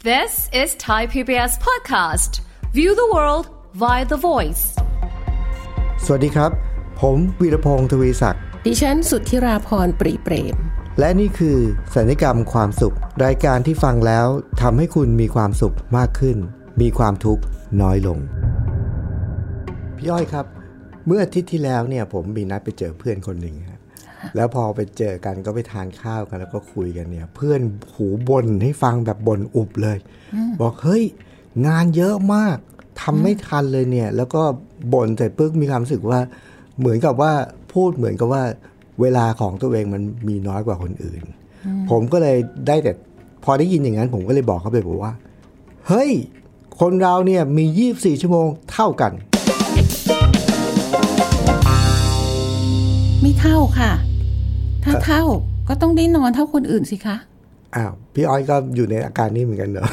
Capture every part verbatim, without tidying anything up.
This is Thai พี บี เอส podcast. View the world via the voice. สวัสดีครับผมวีรพงษ์ทวีศักดิ์ดิฉันสุทธิราพรปรีเปรมและนี่คือสัญญกรรมความสุขรายการที่ฟังแล้วทำให้คุณมีความสุขมากขึ้นมีความทุกข์น้อยลงพี่อ้อยครับเมื่ออาทิตย์ที่แล้วเนี่ยผมมีนัดไปเจอเพื่อนคนหนึ่งแล้วพอไปเจอกันก็ไปทานข้าวกันแล้วก็คุยกันเนี่ยเพื่อนหูบ่นให้ฟังแบบบ่นอุบเลยบอกเฮ้ยงานเยอะมากทำไม่ทันเลยเนี่ยแล้วก็บ่นเสร็จปึ๊กมีความรู้สึกว่าเหมือนกับว่าพูดเหมือนกับว่าเวลาของตัวเองมันมีน้อยกว่าคนอื่นผมก็เลยได้แต่พอได้ยินอย่างนั้นผมก็เลยบอกเขาไปบอกว่าเฮ้ยคนเราเนี่ยมียี่สิบสี่ชั่วโมงเท่ากันไม่เท่าค่ะถ้าเท่าก็ต้องได้นอนเท่าคนอื่นสิคะอ้าวพี่อ้อยก็อยู่ในอาการนี้เหมือนกันเหรอ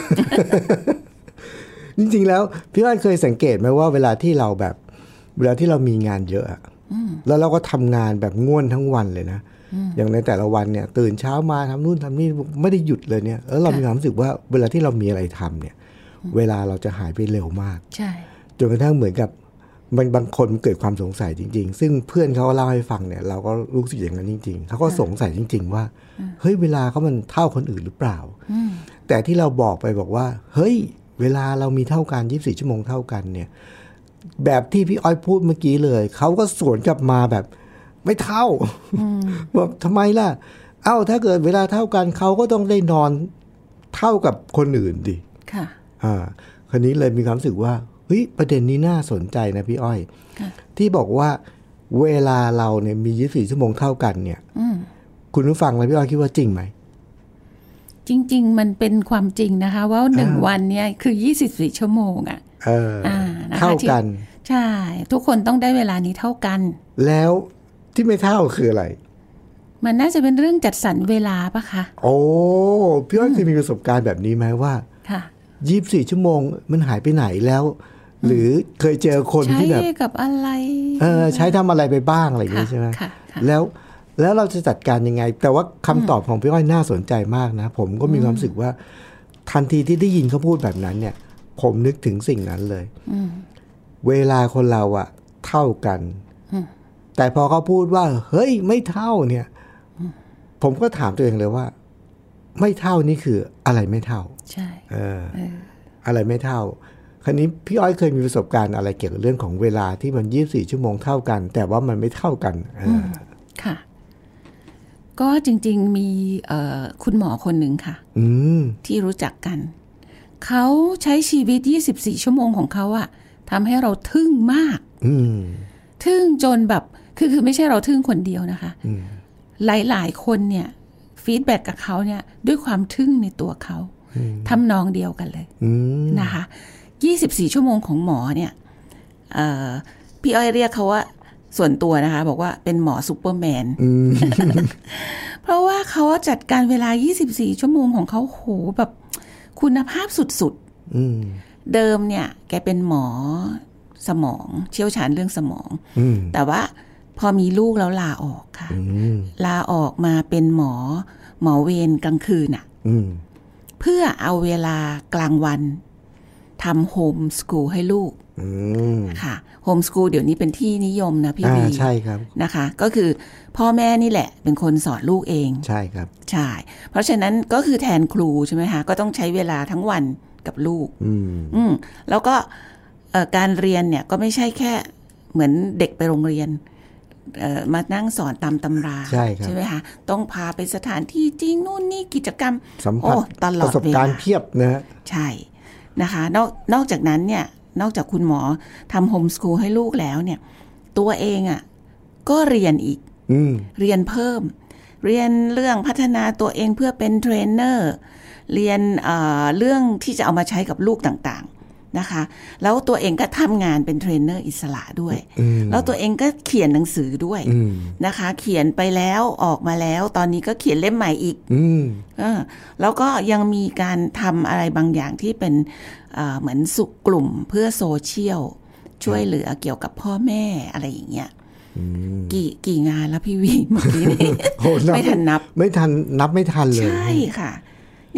จริงๆแล้วพี่อ้อยเคยสังเกตไหมว่าเวลาที่เราแบบเวลาที่เรามีงานเยอะแล้วเราก็ทำงานแบบง่วนทั้งวันเลยนะอย่างในแต่ละวันเนี่ยตื่นเช้ามาทำนู่นทำนี่ไม่ได้หยุดเลยเนี่ยแล้วเรามีความรู้สึกว่าเวลาที่เรามีอะไรทำเนี่ยเวลาเราจะหายไปเร็วมากใช่จนกระทั่งเหมือนกับมันบางคนเกิดความสงสัยจริงๆซึ่งเพื่อนเขาเล่าให้ฟังเนี่ยเราก็รู้สึกอย่างนั้นจริงๆเขาก็สงสัยจริงๆว่าเฮ้ยเวลาเขามันเท่าคนอื่นหรือเปล่าแต่ที่เราบอกไปบอกว่าเฮ้ยเวลาเรามีเท่ากันยี่สิบสี่ชั่วโมงเท่ากันเนี่ยแบบที่พี่อ้อยพูดเมื่อกี้เลยเขาก็สวนกลับมาแบบไม่เท่าบอกทำไมล่ะเอ้าถ้าเกิดเวลาเท่ากันเขาก็ต้องได้นอนเท่ากับคนอื่นดิค่ะอ่าคราวนี้เลยมีความรู้สึกว่าเฮ้ยประเด็นนี้น่าสนใจนะพี่อ้อยที่บอกว่าเวลาเราเนี่ยมียี่สิบสี่ชั่วโมงเท่ากันเนี่ยคุณผู้ฟังแล้วพี่อ้อยคิดว่าจริงไหมจริงๆมันเป็นความจริงนะคะว่าหนึ่งวันเนี่ยคือยี่สิบสี่ชั่วโมงอ่ะเออเท่ากันใช่ทุกคนต้องได้เวลานี้เท่ากันแล้วที่ไม่เท่าคืออะไรมันน่าจะเป็นเรื่องจัดสรรเวลาปะคะโอ้พี่อ้อยเคยมีประสบการณ์แบบนี้ไหมว่าค่ะยี่สิบสี่ชั่วโมงมันหายไปไหนแล้วหรือเคยเจอคนที่แบบใช้กับอะไรเออใช้ทำอะไรไปบ้างอะไรอย่างนี้ใช่ไหมแล้วแล้วเราจะจัดการยังไงแต่ว่าคำตอบของพี่อ้อยน่าสนใจมากนะผมก็มีความรู้สึกว่าทันทีที่ได้ยินเขาพูดแบบนั้นเนี่ยผมนึกถึงสิ่งนั้นเลยเวลาคนเราอะเท่ากันแต่พอเขาพูดว่าเฮ้ยไม่เท่าเนี่ยผมก็ถามตัวเองเลยว่าไม่เท่านี่คืออะไรไม่เท่าใช่เอออะไรไม่เท่าคราวนี้พี่อ้อยเคยมีประสบการณ์อะไรเกี่ยวกับเรื่องของเวลาที่มันยี่สิบสี่ชั่วโมงเท่ากันแต่ว่ามันไม่เท่ากันค่ะก็จริงๆมีคุณหมอคนหนึ่งค่ะที่รู้จักกันเขาใช้ชีวิตยี่สิบสี่ชั่วโมงของเขาอะทำให้เราทึ่งมากทึ่งจนแบบคือคือไม่ใช่เราทึ่งคนเดียวนะคะหลายๆคนเนี่ยฟีดแบ็กกับเขาเนี่ยด้วยความทึ่งในตัวเขาทำนองเดียวกันเลยนะคะยี่สิบสี่ชั่วโมงของหมอเนี่ยพี่อ้อยเรียกเขาว่าส่วนตัวนะคะบอกว่าเป็นหมอซูเปอร์แมนเพราะว่าเขาจัดการเวลายี่สิบสี่ชั่วโมงของเขาโหแบบคุณภาพสุดๆเดิมเนี่ยแกเป็นหมอสมองเชี่ยวชาญเรื่องสมองแต่ว่าพอมีลูกแล้วลาออกค่ะลาออกมาเป็นหมอหมอเวรกลางคืนอ่ะเพื่อเอาเวลากลางวันทำโฮมสคูลให้ลูกค่ะโฮมสคูลเดี๋ยวนี้เป็นที่นิยมนะพี่วีใช่ครับนะคะก็คือพ่อแม่นี่แหละเป็นคนสอนลูกเองใช่ครับใช่เพราะฉะนั้นก็คือแทนครูใช่ไหมคะก็ต้องใช้เวลาทั้งวันกับลูกอืมอืมแล้วก็การเรียนเนี่ยก็ไม่ใช่แค่เหมือนเด็กไปโรงเรียนมานั่งสอนตามตำราใช่ครับใช่ไหมคะต้องพาไปสถานที่จริงนู่นนี่กิจกรรมสัมผัสตลอดประสบการณ์เพียบนะใช่นะคะนอกนอกจากนั้นเนี่ยนอกจากคุณหมอทำโฮมสคูลให้ลูกแล้วเนี่ยตัวเองอ่ะก็เรียนอีกเรียนเพิ่มเรียนเรื่องพัฒนาตัวเองเพื่อเป็นเทรนเนอร์เรียน เอ่อ เรื่องที่จะเอามาใช้กับลูกต่างๆนะคะแล้วตัวเองก็ทำงานเป็นเทรนเนอร์อิสระด้วยแล้วตัวเองก็เขียนหนังสือด้วยนะคะเขียนไปแล้วออกมาแล้วตอนนี้ก็เขียนเล่มใหม่อีกแล้วก็ยังมีการทำอะไรบางอย่างที่เป็นเหมือนสุกกลุ่มเพื่อโซเชียลช่วยเหลือเกี่ยวกับพ่อแม่อะไรอย่างเงี้ยกี่กี่งานแล้วพี่วีเมื่อกี้นี้ไม่ทันนับไม่ทันนับไม่ทันเลยใช่ค่ะเนี่ย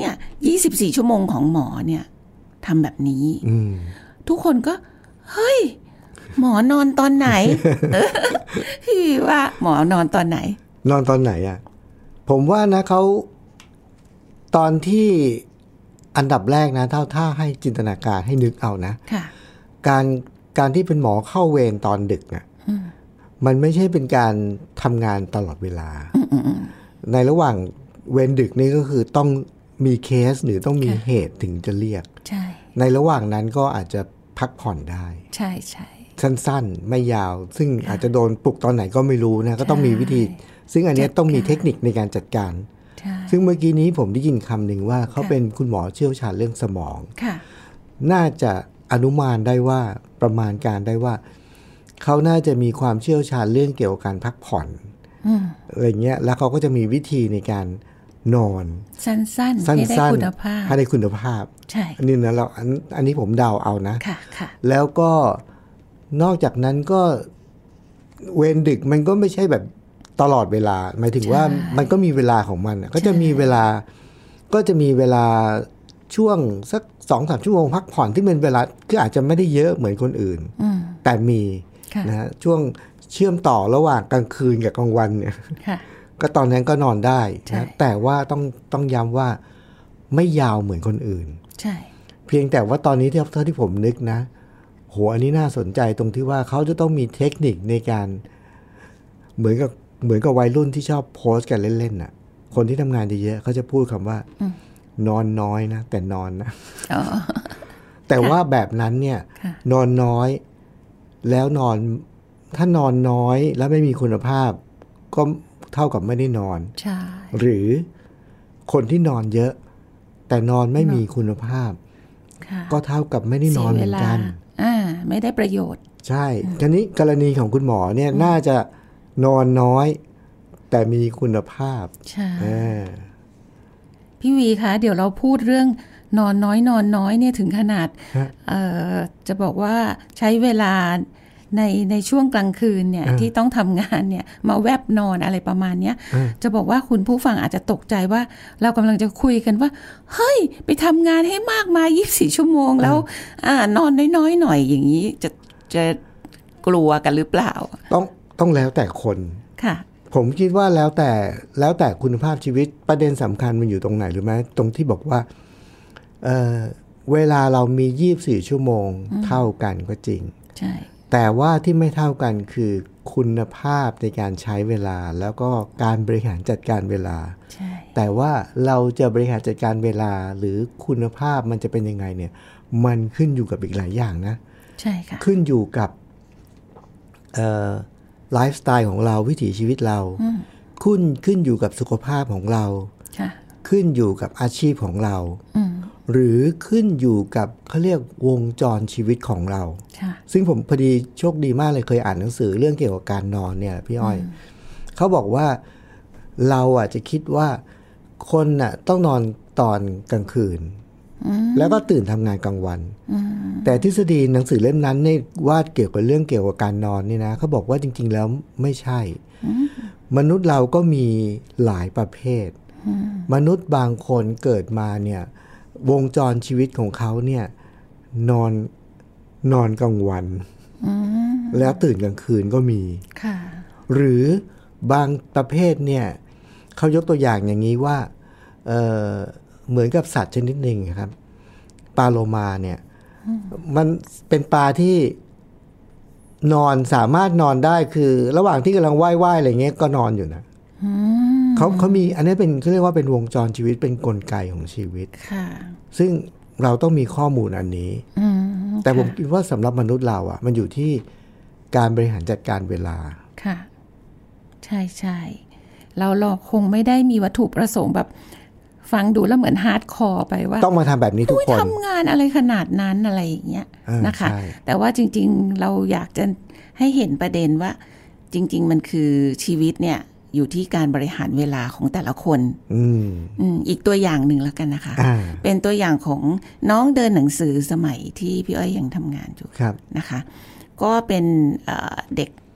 ยี่สิบสี่ชั่วโมงของหมอเนี่ยทำแบบนี้ทุกคนก็เฮ้ยหมอนอนตอนไหน พี่ว่าหมอนอนตอนไหนนอนตอนไหนอ่ะผมว่านะเขาตอนที่อันดับแรกนะเท่าถ้าให้จินตนาการให้นึกเอานะการการที่เป็นหมอเข้าเวรตอนดึกอ่ะมันไม่ใช่เป็นการทำงานตลอดเวลาในระหว่างเวรดึกนี่ก็คือต้องมีเคสหรือต้องมีเหตุถึงจะเรียกใช่ในระหว่างนั้นก็อาจจะพักผ่อนได้ใช่ใช่สั้นๆไม่ยาวซึ่งอาจจะโดนปลุกตอนไหนก็ไม่รู้นะก็ต้องมีวิธีซึ่งอันนี้ต้องมีเทคนิคในการจัดการซึ่งเมื่อกี้นี้ผมได้ยินคำหนึ่งว่าเขาเป็นคุณหมอเชี่ยวชาญเรื่องสมองน่าจะอนุมานได้ว่าประมาณการได้ว่าเขาน่าจะมีความเชี่ยวชาญเรื่องเกี่ยวกับการพักผ่อนอะไรเงี้ยแล้วเขาก็จะมีวิธีในการนอนสั้นๆให้ได้คุณภาพให้ได้คุณภาพใช่อันนี้นะเราอันอันนี้ผมเดาเอานะค่ะค่ะแล้วก็นอกจากนั้นก็เวรดึกมันก็ไม่ใช่แบบตลอดเวลาหมายถึงว่ามันก็มีเวลาของมันก็จะมีเวลาก็จะมีเวลาช่วงสัก สองถึงสาม ชั่วโมงพักผ่อนที่เป็นเวลาคืออาจจะไม่ได้เยอะเหมือนคนอื่นแต่มีนะฮะช่วงเชื่อมต่อระหว่างกลางคืนกับกลางวันเนี่ยก็ตอนนั้นก็นอนได้นะแต่ว่าต้องต้องย้ำว่าไม่ยาวเหมือนคนอื่นใช่เพียงแต่ว่าตอนนี้ที่เท่าที่ผมนึกนะโหอันนี้น่าสนใจตรงที่ว่าเขาจะต้องมีเทคนิคในการเหมือนกับเหมือนกับวัยรุ่นที่ชอบโพสต์กันเล่นๆน่ะคนที่ทำงานเยอะๆเขาจะพูดคำว่านอนน้อยนะแต่นอนนะ แต่ว่าแบบนั้นเนี่ยนอนน้อยแล้วนอนถ้านอนน้อยแล้วไม่มีคุณภาพก็เท่ากับไม่ได้นอนหรือคนที่นอนเยอะแต่นอนไม่มีคุณภาพก็เท่ากับไม่ได้นอนเหมือนกันอ่าไม่ได้ประโยชน์ใช่ทีนี้กรณีของคุณหมอเนี่ยน่าจะนอนน้อยแต่มีคุณภาพใช่พี่วีคะเดี๋ยวเราพูดเรื่องนอนน้อยนอนน้อยเนี่ยถึงขนาดจะบอกว่าใช้เวลาในในช่วงกลางคืนเนี่ยที่ต้องทำงานเนี่ยมาแวบนอนอะไรประมาณเนี้ยจะบอกว่าคุณผู้ฟังอาจจะตกใจว่าเรากำลังจะคุยกันว่าเฮ้ยไปทำงานให้มากมายยี่สิบสี่ชั่วโมงแล้วอ่านอนน้อยๆหน่อยอย่างนี้จะจะกลัวกันหรือเปล่าต้องต้องแล้วแต่คนค่ะผมคิดว่าแล้วแต่แล้วแต่คุณภาพชีวิตประเด็นสำคัญมันอยู่ตรงไหนหรือไหมตรงที่บอกว่าเอ่อเวลาเรามียี่สิบสี่ชั่วโมงเท่ากันก็จริงใช่แต่ว่าที่ไม่เท่ากันคือคุณภาพในการใช้เวลาแล้วก็การบริหารจัดการเวลาใช่แต่ว่าเราจะบริหารจัดการเวลาหรือคุณภาพมันจะเป็นยังไงเนี่ยมันขึ้นอยู่กับอีกหลายอย่างนะใช่ค่ะขึ้นอยู่กับเอ่อไลฟ์สไตล์ของเราวิถีชีวิตเราขึ้นขึ้นอยู่กับสุขภาพของเราขึ้นอยู่กับอาชีพของเราหรือขึ้นอยู่กับเขาเรียกวงจรชีวิตของเราซึ่งผมพอดีโชคดีมากเลยเคยอ่านหนังสือเรื่องเกี่ยวกับการนอนเนี่ยพี่อ้อยเขาบอกว่าเราอ่ะจะคิดว่าคนน่ะต้องนอนตอนกลางคืนแล้วก็ตื่นทำงานกลางวันแต่ทฤษฎีหนังสือเล่มนั้นเนี่ยว่าเกี่ยวกับเรื่องเกี่ยวกับการนอนนี่นะเขาบอกว่าจริงๆแล้วไม่ใช่มนุษย์เราก็มีหลายประเภทมนุษย์บางคนเกิดมาเนี่ยวงจรชีวิตของเขาเนี่ยนอนนอนกลางวันแล้วตื่นกลางคืนก็มีหรือบางประเภทเนี่ยเขายกตัวอย่างอย่างนี้ว่า เอ่อเหมือนกับสัตว์ชนิดหนึ่งครับปลาโลมาเนี่ยมันเป็นปลาที่นอนสามารถนอนได้คือระหว่างที่กำลังว่ายๆอะไรเงี้ยก็นอนอยู่นะเขาเขามีอันนี้เป็นเขาเรียกว่าเป็นวงจรชีวิตเป็นกลไกของชีวิตซึ่งเราต้องมีข้อมูลอันนี้แต่ผมคิดว่าสำหรับมนุษย์เราอ่ะมันอยู่ที่การบริหารจัดการเวลาค่ะใช่ใช่เราเราคงไม่ได้มีวัตถุประสงค์แบบฟังดูแล้วเหมือนฮาร์ดคอร์ไปว่าต้องมาทำแบบนี้ทุกคนทำงานอะไรขนาดนั้นอะไรอย่างเงี้ยนะคะแต่ว่าจริงๆเราอยากจะให้เห็นประเด็นว่าจริงๆมันคือชีวิตเนี่ยอยู่ที่การบริหารเวลาของแต่ละคนอืมอืมอีกตัวอย่างหนึ่งแล้วกันนะคะเป็นตัวอย่างของน้องเดินหนังสือสมัยที่พี่อ้อยยังทำงานอยู่นะคะก็เป็นเด็ก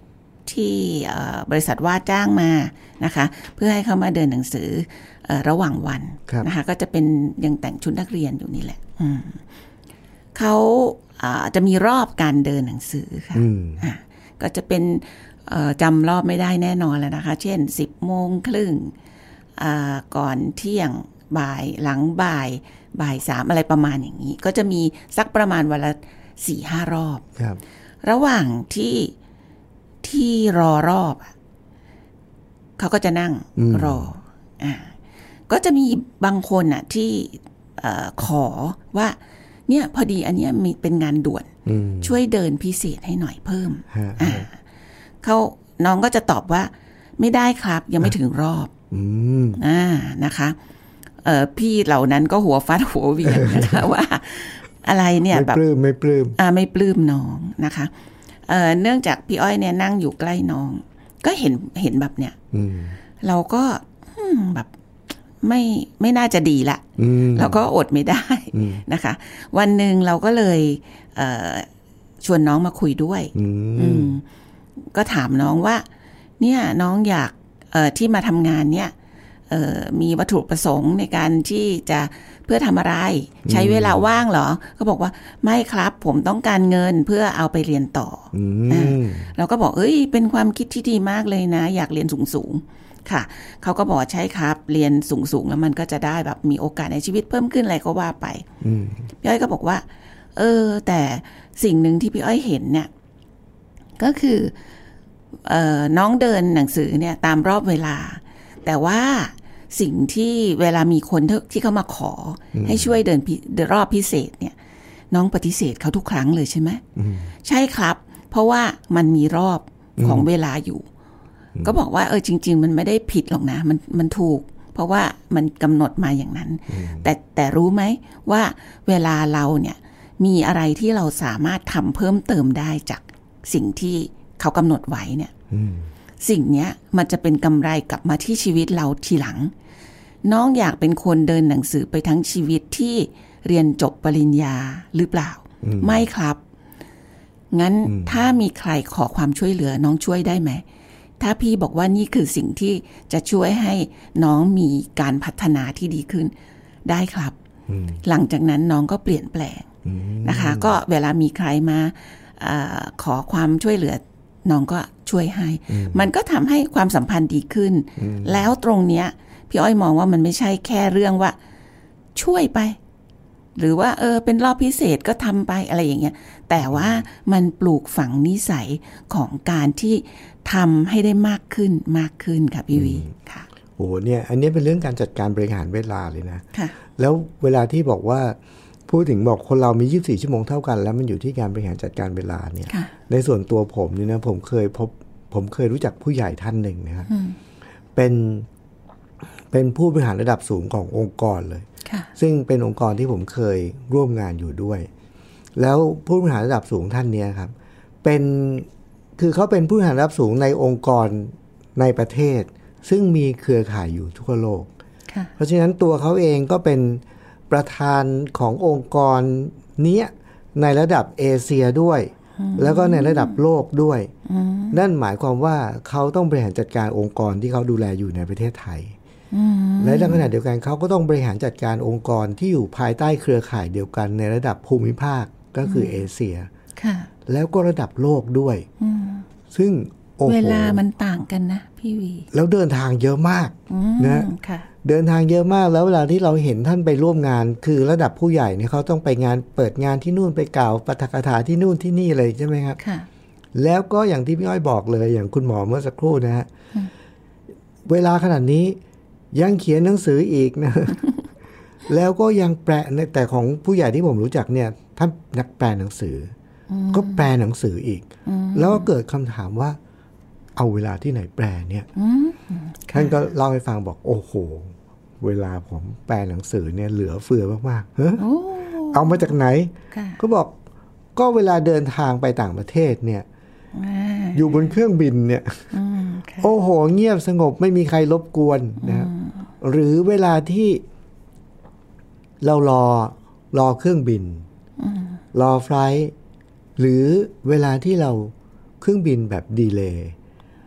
ที่บริษัทว่าจ้างมานะคะเพื่อให้เขามาเดินหนังสือระหว่างวันนะคะก็จะเป็นยังแต่งชุดนักเรียนอยู่นี่แหละเขาจะมีรอบการเดินหนังสือค่ะก็จะเป็นจำรอบไม่ได้แน่นอนแล้วนะคะเช่นสิบโมงครึ่งก่อนเที่ยงบ่ายหลังบ่ายบ่ายสามอะไรประมาณอย่างนี้ก็จะมีสักประมาณวันละสี่ห้ารอบระหว่างที่ที่รอรอบเขาก็จะนั่งรออ่าก็จะมีบางคนอ่ะที่ขอว่าเนี่ยพอดีอันนี้มีเป็นงานด่วนช่วยเดินพิเศษให้หน่อยเพิ่มอ่าเขาน้องก็จะตอบว่าไม่ได้ครับยังไม่ถึงรอบอ่านะคะเอ่อพี่เหล่านั้นก็หัวฟาดหัวเวียนนะคะว่าอะไรเนี่ยแบบไม่ปลื้มไม่ปลื้มอ่าไม่ปลื้มน้องนะคะเอ่อเนื่องจากพี่อ้อยเนี่ยนั่งอยู่ใกล้น้องก็เห็นเห็นแบบเนี้ยเราก็แบบไม่ไม่น่าจะดีละเราก็อดไม่ได้นะคะวันหนึ่งเราก็เลยเอ่อชวนน้องมาคุยด้วยก็ถามน้องว่าเนี่ยน้องอยากเอ่อที่มาทำงานเนี่ยเอ่อมีวัตถุประสงค์ในการที่จะเพื่อทำอะไรใช้เวลาว่างเหรอเขาบอกว่าไม่ครับผมต้องการเงินเพื่อเอาไปเรียนต่ออ่าเราก็บอกเอ้ยเป็นความคิดที่ดีมากเลยนะอยากเรียนสูงๆค่ะเขาก็บอกใช่ครับเรียนสูงๆแล้วมันก็จะได้แบบมีโอกาสในชีวิตเพิ่มขึ้นอะไรก็ว่าไปพี่อ้อยก็บอกว่าเออแต่สิ่งหนึ่งที่พี่อ้อยเห็นเนี่ยก็คือเอ่อน้องเดินหนังสือเนี่ยตามรอบเวลาแต่ว่าสิ่งที่เวลามีคนที่เขามาขอให้ช่วยเดินรอบพิเศษเนี่ยน้องปฏิเสธเขาทุกครั้งเลยใช่ไหมใช่ครับเพราะว่ามันมีรอบของเวลาอยู่ก็บอกว่าเออจริงๆมันไม่ได้ผิดหรอกนะมันมันถูกเพราะว่ามันกำหนดมาอย่างนั้นแต่แต่รู้ไหมว่าเวลาเราเนี่ยมีอะไรที่เราสามารถทำเพิ่มเติมได้จากสิ่งที่เขากำหนดไว้เนี่ยสิ่งเนี้ยมันจะเป็นกำไรกลับมาที่ชีวิตเราทีหลังน้องอยากเป็นคนเดินหนังสือไปทั้งชีวิตที่เรียนจบปริญญาหรือเปล่าไม่ครับงั้นถ้ามีใครขอความช่วยเหลือน้องช่วยได้ไหมถ้าพี่บอกว่านี่คือสิ่งที่จะช่วยให้น้องมีการพัฒนาที่ดีขึ้นได้ครับหลังจากนั้นน้องก็เปลี่ยนแปลงนะคะก็เวลามีใครมาอขอความช่วยเหลือน้องก็ช่วยให้มันก็ทำให้ความสัมพันธ์ดีขึ้นแล้วตรงเนี้ยพี่อ้อยมองว่ามันไม่ใช่แค่เรื่องว่าช่วยไปหรือว่าเออเป็นรอบพิเศษก็ทำไปอะไรอย่างเงี้ยแต่ว่ามันปลูกฝังนิสัยของการที่ทำให้ได้มากขึ้นมากขึ้นค่ะพี่วีค่ะโอ้เนี่ยอันนี้เป็นเรื่องการจัดการบริหารเวลาเลยนะแล้วเวลาที่บอกว่าพูดถึงบอกคนเรามียี่สิบสี่ชั่วโมงเท่ากันแล้วมันอยู่ที่การบริหารจัดการเวลาเนี่ยในส่วนตัวผมนี่นะผมเคยพบผมเคยรู้จักผู้ใหญ่ท่านหนึ่งนะครับเป็นเป็นผู้บริหารระดับสูงขององค์กรเลยซึ่งเป็นองค์กรที่ผมเคยร่วมงานอยู่ด้วยแล้วผู้บริหารระดับสูงท่านนี้ครับเป็นคือเขาเป็นผู้บริหารระดับสูงในองค์กรในประเทศซึ่งมีเครือข่ายอยู่ทั่วโลกเพราะฉะนั้นตัวเขาเองก็เป็นประธานขององค์กรนี้ในระดับเอเชียด้วยแล้วก็ในระดับโลกด้วยนั่นหมายความว่าเขาต้องบริหารจัดการองค์กรที่เขาดูแลอยู่ในประเทศไทยและในขณะเดียวกันเขาก็ต้องบริหารจัดการองค์กรที่อยู่ภายใต้เครือข่ายเดียวกันในระดับภูมิภาคก็คือเอเชียแล้วก็ระดับโลกด้วยซึ่งเวลามันต่างกันนะพี่วีแล้วเดินทางเยอะมากนะเดินทางเยอะมากแล้วเวลาที่เราเห็นท่านไปร่วมงานคือระดับผู้ใหญ่เนี่ยเขาต้องไปงานเปิดงานที่นู่นไปกล่าวปาฐกถาที่นู่นที่นี่เลยใช่ไหมครับแล้วก็อย่างที่พี่อ้อยบอกเลยอย่างคุณหมอเมื่อสักครู่นะฮะเวลาขนาดนี้ยังเขียนหนังสืออีกนะ แล้วก็ยังแปลแต่ของผู้ใหญ่ที่ผมรู้จักเนี่ยท่านนักแปลหนังสือก็แปลหนังสืออีกแล้วก็เกิดคำถามว่าเอาเวลาที่ไหนแปลเนี่ยท่านก็เล่าให้ฟังบอกโอ้โหเวลาผมแปลหนังสือเนี่ยเหลือเฟือมากๆเฮ้ยเอามาจากไหนก็บอกก็เวลาเดินทางไปต่างประเทศเนี่ยอยู่บนเครื่องบินเนี่ยโอ้โหเงียบสงบไม่มีใครรบกวนนะครับหรือเวลาที่เรารอรอเครื่องบินรอไฟลท์หรือเวลาที่เราเครื่องบินแบบดีเลย์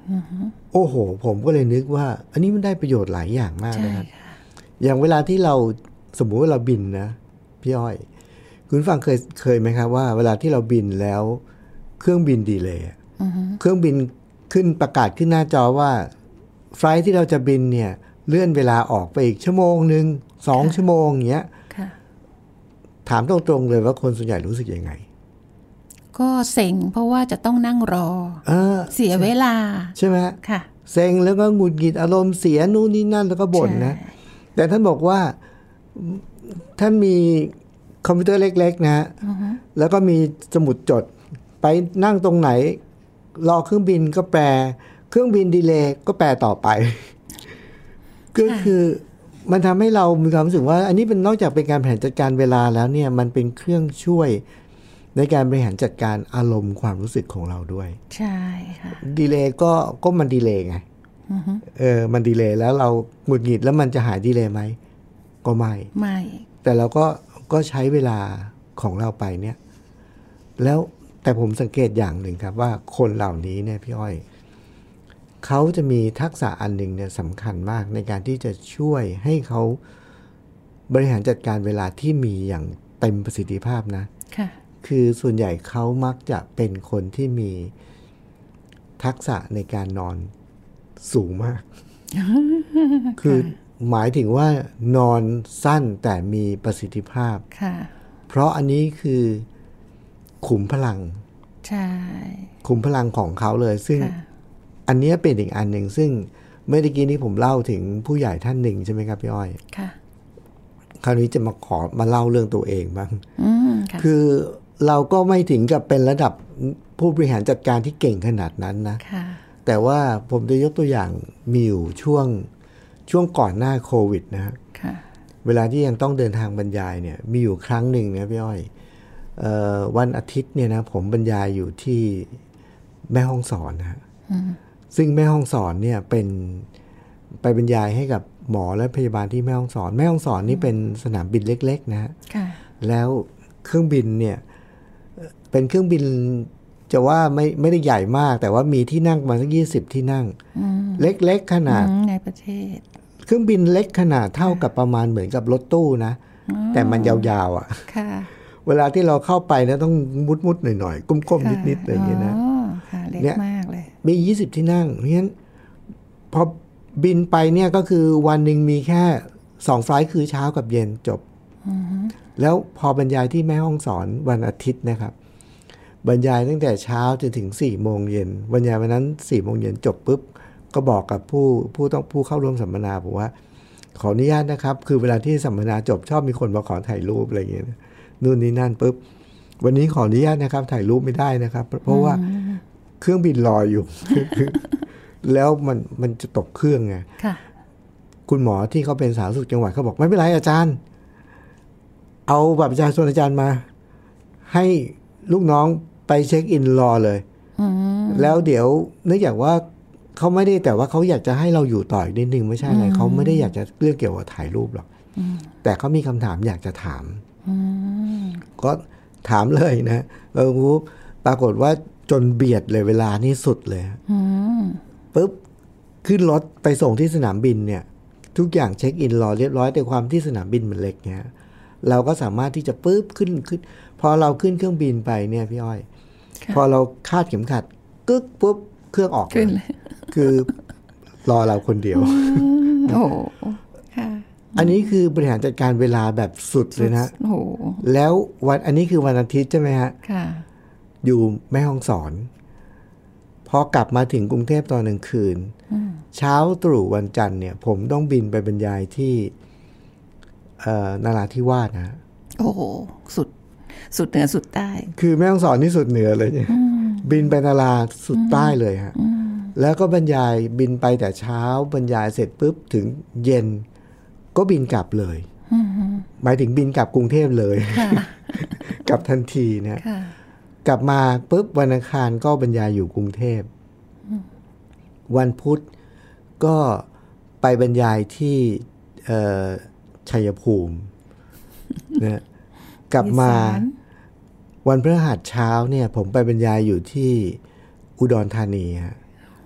โอ้โหผมก็เลยนึกว่าอันนี้มันได้ประโยชน์หลายอย่างมากนะครับอย่างเวลาที่เราสมมุติว่าเราบินนะพี่อ้อยคุณฟังเคยเคยไหมครับว่าเวลาที่เราบินแล้วเครื่องบินดีเลย์เครื่องบินขึ้นประกาศขึ้นหน้าจอว่าไฟล์ที่เราจะบินเนี่ยเลื่อนเวลาออกไปอีกชั่วโมงนึงสองชั่วโมงอย่างเงี้ยถามตรงๆเลยว่าคนส่วนใหญ่รู้สึกยังไงก็เซ็งเพราะว่าจะต้องนั่งรอเออเสียเวลาใช่ไหมค่ะเซ็งแล้วก็หงุดหงิดอารมณ์เสียนู่นนี่นั่นแล้วก็บ่นนะแต่ท่านบอกว่าท่านมีคอมพิวเตอร์เล็กๆนะ uh-huh. แล้วก็มีสมุดจดไปนั่งตรงไหนรอเครื่องบินก็แปลเครื่องบินดีเลย์ก็แปลต่อไป ก็คือมันทำให้เรามีความรู้สึกว่าอันนี้เป็นนอกจากเป็นการบริหารจัดการเวลาแล้วเนี่ยมันเป็นเครื่องช่วยในการบริหารจัดการอารมณ์ความรู้สึกของเราด้วยใช่ค่ะดีเลย์ก็ก็มันดีเลย์ไง uh-huh. เออมันดีเลย์แล้วเราหงุดหงิดแล้วมันจะหายดีเลย์ไหมก็ไม่ไม่แต่เราก็ก็ใช้เวลาของเราไปเนี่ยแล้วแต่ผมสังเกตอย่างหนึ่งครับว่าคนเหล่านี้เนี่ยพี่อ้อยเขาจะมีทักษะอันหนึ่งเนี่ยสำคัญมากในการที่จะช่วยให้เขาบริหารจัดการเวลาที่มีอย่างเต็มประสิทธิภาพนะค่ะคือส่วนใหญ่เขามักจะเป็นคนที่มีทักษะในการนอนสูงมาก คือหมายถึงว่านอนสั้นแต่มีประสิทธิภาพค่ะเพราะอันนี้คือขุมพลังใช่ขุมพลังของเขาเลยซึ่งอันนี้เป็นอีกอันหนึ่งซึ่งเมื่อกี้นี้ผมเล่าถึงผู้ใหญ่ท่านหนึ่งใช่ไหมครับพี่อ้อยค่ะคราวนี้จะมาขอมาเล่าเรื่องตัวเองบ้างคือเราก็ไม่ถึงกับเป็นระดับผู้บริหารจัดการที่เก่งขนาดนั้นนะแต่ว่าผมจะยกตัวอย่างมีอยู่ช่วงช่วงก่อนหน้าโควิดนะฮะเวลาที่ยังต้องเดินทางบรรยายเนี่ยมีอยู่ครั้งหนึ่งนะพี่อ้อยเอ่อวันอาทิตย์เนี่ยนะผมบรรยายอยู่ที่แม่ฮ่องสอนนะฮะซึ่งแม่ฮ่องสอนเนี่ยเป็นไปบรรยายให้กับหมอและพยาบาลที่แม่ฮ่องสอนแม่ฮ่องสอนนี่เป็นสนามบินเล็กๆนะฮะแล้วเครื่องบินเนี่ยเป็นเครื่องบินจะว่าไม่ไม่ได้ใหญ่มากแต่ว่ามีที่นั่งประมาณสักยี่สิบที่นั่งเล็กๆขนาดในประเทศเครื่องบินเล็กขนาดเท่ากับประมาณเหมือนกับรถตู้นะแต่มันยาวๆอ่ะเวลาที่เราเข้าไปนะต้องมุดๆหน่อยๆก้มๆนิดๆอะไรอย่างเงี้ยนะเล็กมากเลยมียี่สิบที่นั่งเพราะฉะนั้นพอบินไปเนี่ยก็คือวันหนึ่งมีแค่สองไฟล์คือเช้ากับเย็นจบแล้วพอบรรยายที่แม่ฮ่องสอนวันอาทิตย์นะครับบรรยายตั้งแต่เช้าจนถึงสี่โมงเย็นบรรยายวันนั้นสี่โมงเย็นจบปุ๊บก็บอกกับผู้ผู้ต้องผู้เข้าร่วมสัมมนาบอกว่าขออนุญาตนะครับคือเวลาที่สัมมนาจบชอบมีคนมาขอถ่ายรูปอะไรอย่างเงี้ยนู่นนี่นั่นปุ๊บวันนี้ขออนุญาตนะครับถ่ายรูปไม่ได้นะครับเพราะว่าเครื่องบินรออยู่ แล้วมันมันจะตกเครื่องไงคุณหมอที่เขาเป็นสาธารณสุขจังหวัดเขาบอกไม่เป็นไรอาจารย์เอาบัตรประชาชนอาจารย์มาให้ลูกน้องไปเช็คอินรอเลยแล้วเดี๋ยวเนื่องจากว่าเขาไม่ได้แต่ว่าเขาอยากจะให้เราอยู่ต่ออีกนิดนึงไม่ใช่อะไรเขาไม่ได้อยากจะเรื่องเกี่ยวกับถ่ายรูปหรอกแต่เขามีคำถามอยากจะถามก็ถามเลยนะเออปรากฏว่าจนเบียดเลยเวลานี่สุดเลยปุ๊บขึ้นรถไปส่งที่สนามบินเนี่ยทุกอย่างเช็คอินรอเรียบร้อยแต่ความที่สนามบินมันเล็กเนี่ยเราก็สามารถที่จะปุ๊บขึ้นขึ้นพอเราขึ้นเครื่องบินไปเนี่ยพี่อ้อยพอเราคาดเข็มขัดกึ๊กปุ๊บเครื่องออกเลยคือรอเราคนเดียวโอ้ค่ะอันนี้คือบริหารจัดการเวลาแบบสุดเลยนะโอ้แล้ววันอันนี้คือวันอาทิตย์ใช่ไหมฮะค่ะอยู่แม่ฮ่องสอนพอกลับมาถึงกรุงเทพตอนกลางคืนเช้าตรู่วันจันทร์เนี่ยผมต้องบินไปบรรยายที่นราธิวาสนะโอ้โหสุดสุดเหนือสุดใต้คือแม่ฮ่องสอนนี่สุดเหนือเลยเนี่ยบินไปนาราสุดใต้เลยฮะแล้วก็บรรยายบินไปแต่เช้าบรรยายเสร็จปุ๊บถึงเย็นก็บินกลับเลยหมายถึงบินกลับกรุงเทพเลยกลับทันทีนะกลับมาปุ๊บวันอังคารก็บรรยายอยู่กรุงเทพวันพุธก็ไปบรรยายที่ชัยภูมินะกลับมาวันพฤหัสเช้าเนี่ยผมไปบรรยายอยู่ที่อุดรธานีฮะ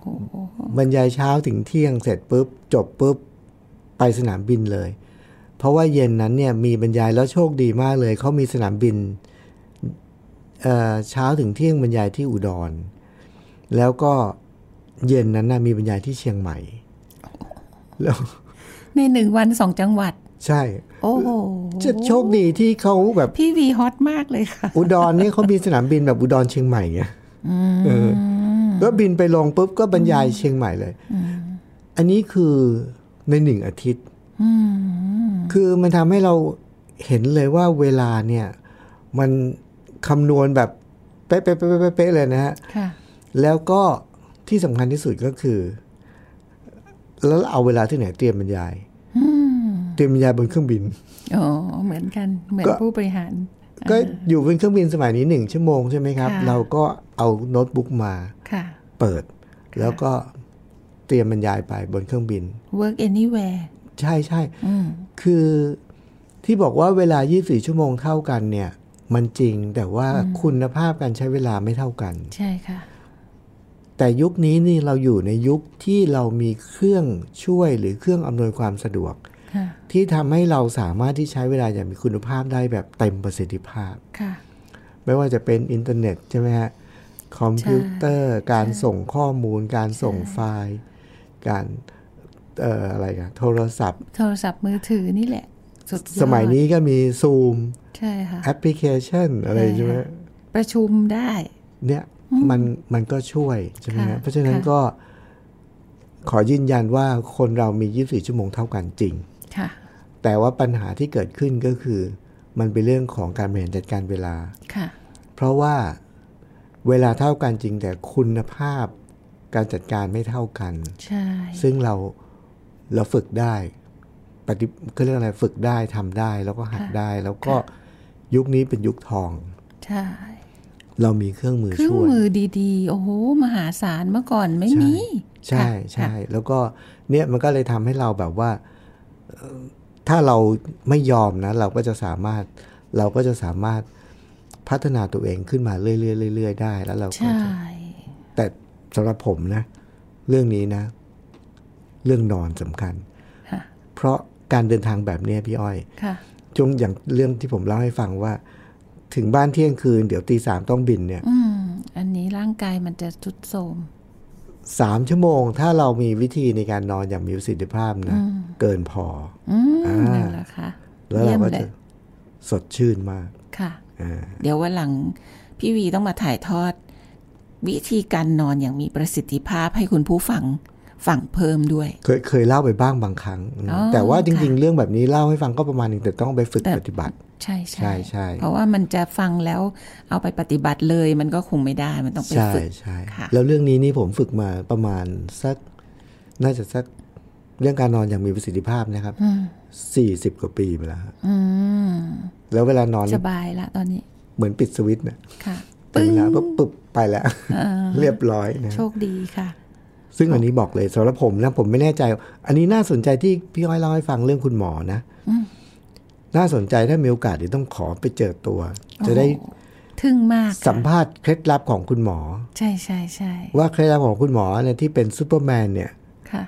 บรรยายเช้าถึงเที่ยงเสร็จปุ๊บจบปุ๊บไปสนามบินเลยเพราะว่าเย็นนั้นเนี่ยมีบรรยายแล้วโชคดีมากเลยเขามีสนามบินเอ่อเช้าถึงเที่ยงบรรยายที่อุดรแล้วก็เย็นนั้นนะมีบรรยายที่เชียงใหม่แล้วในหนึ่งวันสองจังหวัดใช่โอ้โหจะโชคดีที่เขาแบบพี่วีฮอตมากเลยค่ะอุดรนี่เขามีสนามบินแบบอุดรเชียงใหม่ไงเออก็บินไปลงปุ๊บก็บรรยายเชียงใหม่เลยอันนี้คือในหนึ่งอาทิตย์คือมันทำให้เราเห็นเลยว่าเวลาเนี่ยมันคำนวณแบบเป๊ะๆๆๆเลยนะฮะแล้วก็ที่สำคัญที่สุดก็คือแล้วเอาเวลาที่ไหนเตรียมบรรยายเตรียมบรรยายบนเครื่องบินอ๋อเหมือนกันเหมือนผู้บริหารก็อยู่บนเครื่องบินสมัยนี้หนึ่งชั่วโมงใช่ไหมครับเราก็เอาโน้ตบุ๊กมาเปิดแล้วก็เตรียมบรรยายไปบนเครื่องบิน work anywhere ใช่ใช่คือที่บอกว่าเวลายี่สิบสี่ชั่วโมงเท่ากันเนี่ยมันจริงแต่ว่าคุณภาพการใช้เวลาไม่เท่ากันใช่ค่ะแต่ยุคนี้นี่เราอยู่ในยุคที่เรามีเครื่องช่วยหรือเครื่องอำนวยความสะดวกที่ทำให้เราสามารถที่ใช้เวลาอย่างมีคุณภาพได้แบบเต็มประสิทธิภาพไม่ว่าจะเป็นอินเทอร์เน็ตใช่ไหมฮะคอมพิวเตอร์การส่งข้อมูลการส่งไฟล์การเอ่ออะไรกันโทรศัพท์โทรศัพท์มือถือนี่แหละสุดยอดสมัยนี้ก็มี Zoom ใช่ค่ะแอปพลิเคชันอะไรใช่ไหมประชุมได้เนี่ยมันมันก็ช่วยใช่ไหมเพราะฉะนั้นก็ขอยืนยันว่าคนเรามียี่สิบสี่ชั่วโมงเท่ากันจริงแต่ว่าปัญหาที่เกิดขึ้นก็คือมันเป็นเรื่องของการบริหารจัดการเวลาเพราะว่าเวลาเท่ากันจริงแต่คุณภาพการจัดการไม่เท่ากันใช่ซึ่งเราเราฝึกได้ปฏิก็เรื่องอะไรฝึกได้ทำได้แล้วก็หัดได้แล้วก็ยุคนี้เป็นยุคทองใช่เรามีเครื่องมือช่วยเครื่องมือดีๆโอ้โหมหาศาลเมื่อก่อนไม่มีใช่ใช่แล้วก็เนี่ยมันก็เลยทำให้เราแบบว่าถ้าเราไม่ยอมนะเราก็จะสามารถเราก็จะสามารถพัฒนาตัวเองขึ้นมาเรื่อยๆเรื่อยๆได้แล้วเราก็จะแต่สำหรับผมนะเรื่องนี้นะเรื่องนอนสำคัญเพราะการเดินทางแบบนี้พี่อ้อยจงอย่างเรื่องที่ผมเล่าให้ฟังว่าถึงบ้านเที่ยงคืนเดี๋ยวตีสามต้องบินเนี่ยอืมอันนี้ร่างกายมันจะทรุดโทรมสามชั่วโมงถ้าเรามีวิธีในการนอนอย่างมีประสิทธิภาพนะเกินพออืมนั่นแหละค่ะแล้วเราก็จะสดชื่นมากค่ะเดี๋ยววันหลังพี่วีต้องมาถ่ายทอดวิธีการนอนอย่างมีประสิทธิภาพให้คุณผู้ฟังฟังเพิ่มด้วยเคยเคยเล่าไปบ้างบางครั้งแต่ว่าจริงๆเรื่องแบบนี้เล่าให้ฟังก็ประมาณนึงแต่ต้องไปฝึกปฏิบัติใช่ใช่ใช่เพราะว่ามันจะฟังแล้วเอาไปปฏิบัติเลยมันก็คงไม่ได้มันต้องไปฝึกใช่ใช่แล้วเรื่องนี้นี่ผมฝึกมาประมาณสักน่าจะสักเรื่องการนอนอย่างมีประสิทธิภาพนะครับสี่สิบกว่าปีไปแล้วแล้วเวลานอนสบายละตอนนี้เหมือนปิดสวิตช์นะตื่นแล้วปุ๊บปุ๊บไปแล้วเรียบร้อยนะโชคดีค่ะซึ่งอันนี้บอกเลยสำหรับผมนะผมไม่แน่ใจอันนี้น่าสนใจที่พี่อ้อยเล่าให้ฟังเรื่องคุณหมอนะน่าสนใจถ้ามีโอกาสเดี๋ยวต้องขอไปเจอตัวจะได้ทึ่งมากสัมภาษณ์เคล็ดลับของคุณหมอใช่ใช่ใช่ว่าเคล็ดลับของคุณหมอเนี่ยที่เป็นซูเปอร์แมนเนี่ย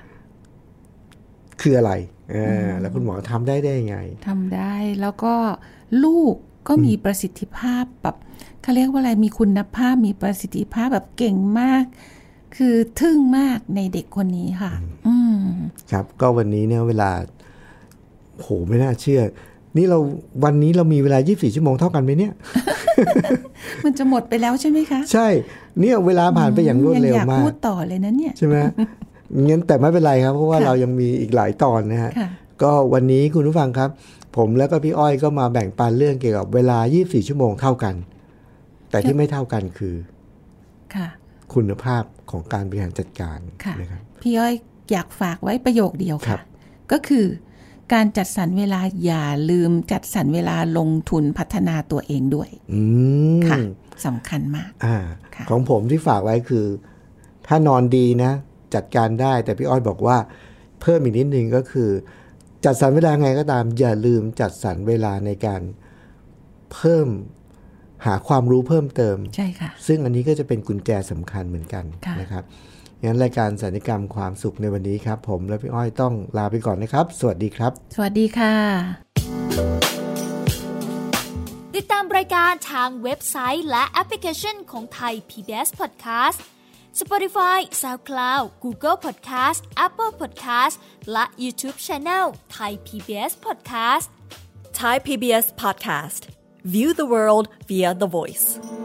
คืออะไรแล้วคุณหมอทำได้ได้ยังไงทำได้แล้วก็ลูกก็มีประสิทธิภาพแบบเขาเรียกว่าอะไรมีคุณภาพมีประสิทธิภาพแบบเก่งมากคือทึ่งมากในเด็กคนนี้ค่ะอืมครับก็วันนี้เนี่ยเวลาโหไม่น่าเชื่อนี่เราวันนี้เรามีเวลายี่สิบสี่ชั่วโมงเท่ากันไหมเนี่ยมันจะหมดไปแล้วใช่ไหมคะใช่เนี่ยเวลาผ่านไปอย่างรวดเร็วมากอยากพูดต่อเลยนะเนี่ยใช่ไหมงั้นแต่ไม่เป็นไรครับเพราะว่าเรายังมีอีกหลายตอนนะฮะก็วันนี้คุณผู้ฟังครับผมแล้วก็พี่อ้อยก็มาแบ่งปันเรื่องเกี่ยวกับเวลายี่สิบสี่ชั่วโมงเท่ากันแต่ที่ไม่เท่ากันคือค่ะคุณภาพของการบริหารจัดการนะครับพี่อ้อยอยากฝากไว้ประโยคเดียวค่ะก็คือการจัดสรรเวลาอย่าลืมจัดสรรเวลาลงทุนพัฒนาตัวเองด้วยค่ะสำคัญมากอ่าของผมที่ฝากไว้คือถ้านอนดีนะจัดการได้แต่พี่อ้อยบอกว่าเพิ่มอีกนิดนึงก็คือจัดสรรเวลาไงก็ตามอย่าลืมจัดสรรเวลาในการเพิ่มหาความรู้เพิ่มเติมใช่ค่ะซึ่งอันนี้ก็จะเป็นกุญแจสำคัญเหมือนกันนะครับงั้นรายการสัญญกรรมความสุขในวันนี้ครับผมและพี่อ้อยต้องลาไปก่อนนะครับสวัสดีครับสวัสดีค่ะติดตามรายการทางเว็บไซต์และแอปพลิเคชันของไทย พี บี เอส Podcast Spotify, SoundCloud, Google Podcast, Apple Podcast และ YouTube Channel Thai พี บี เอส Podcast Thai พี บี เอส Podcast View the world via the voice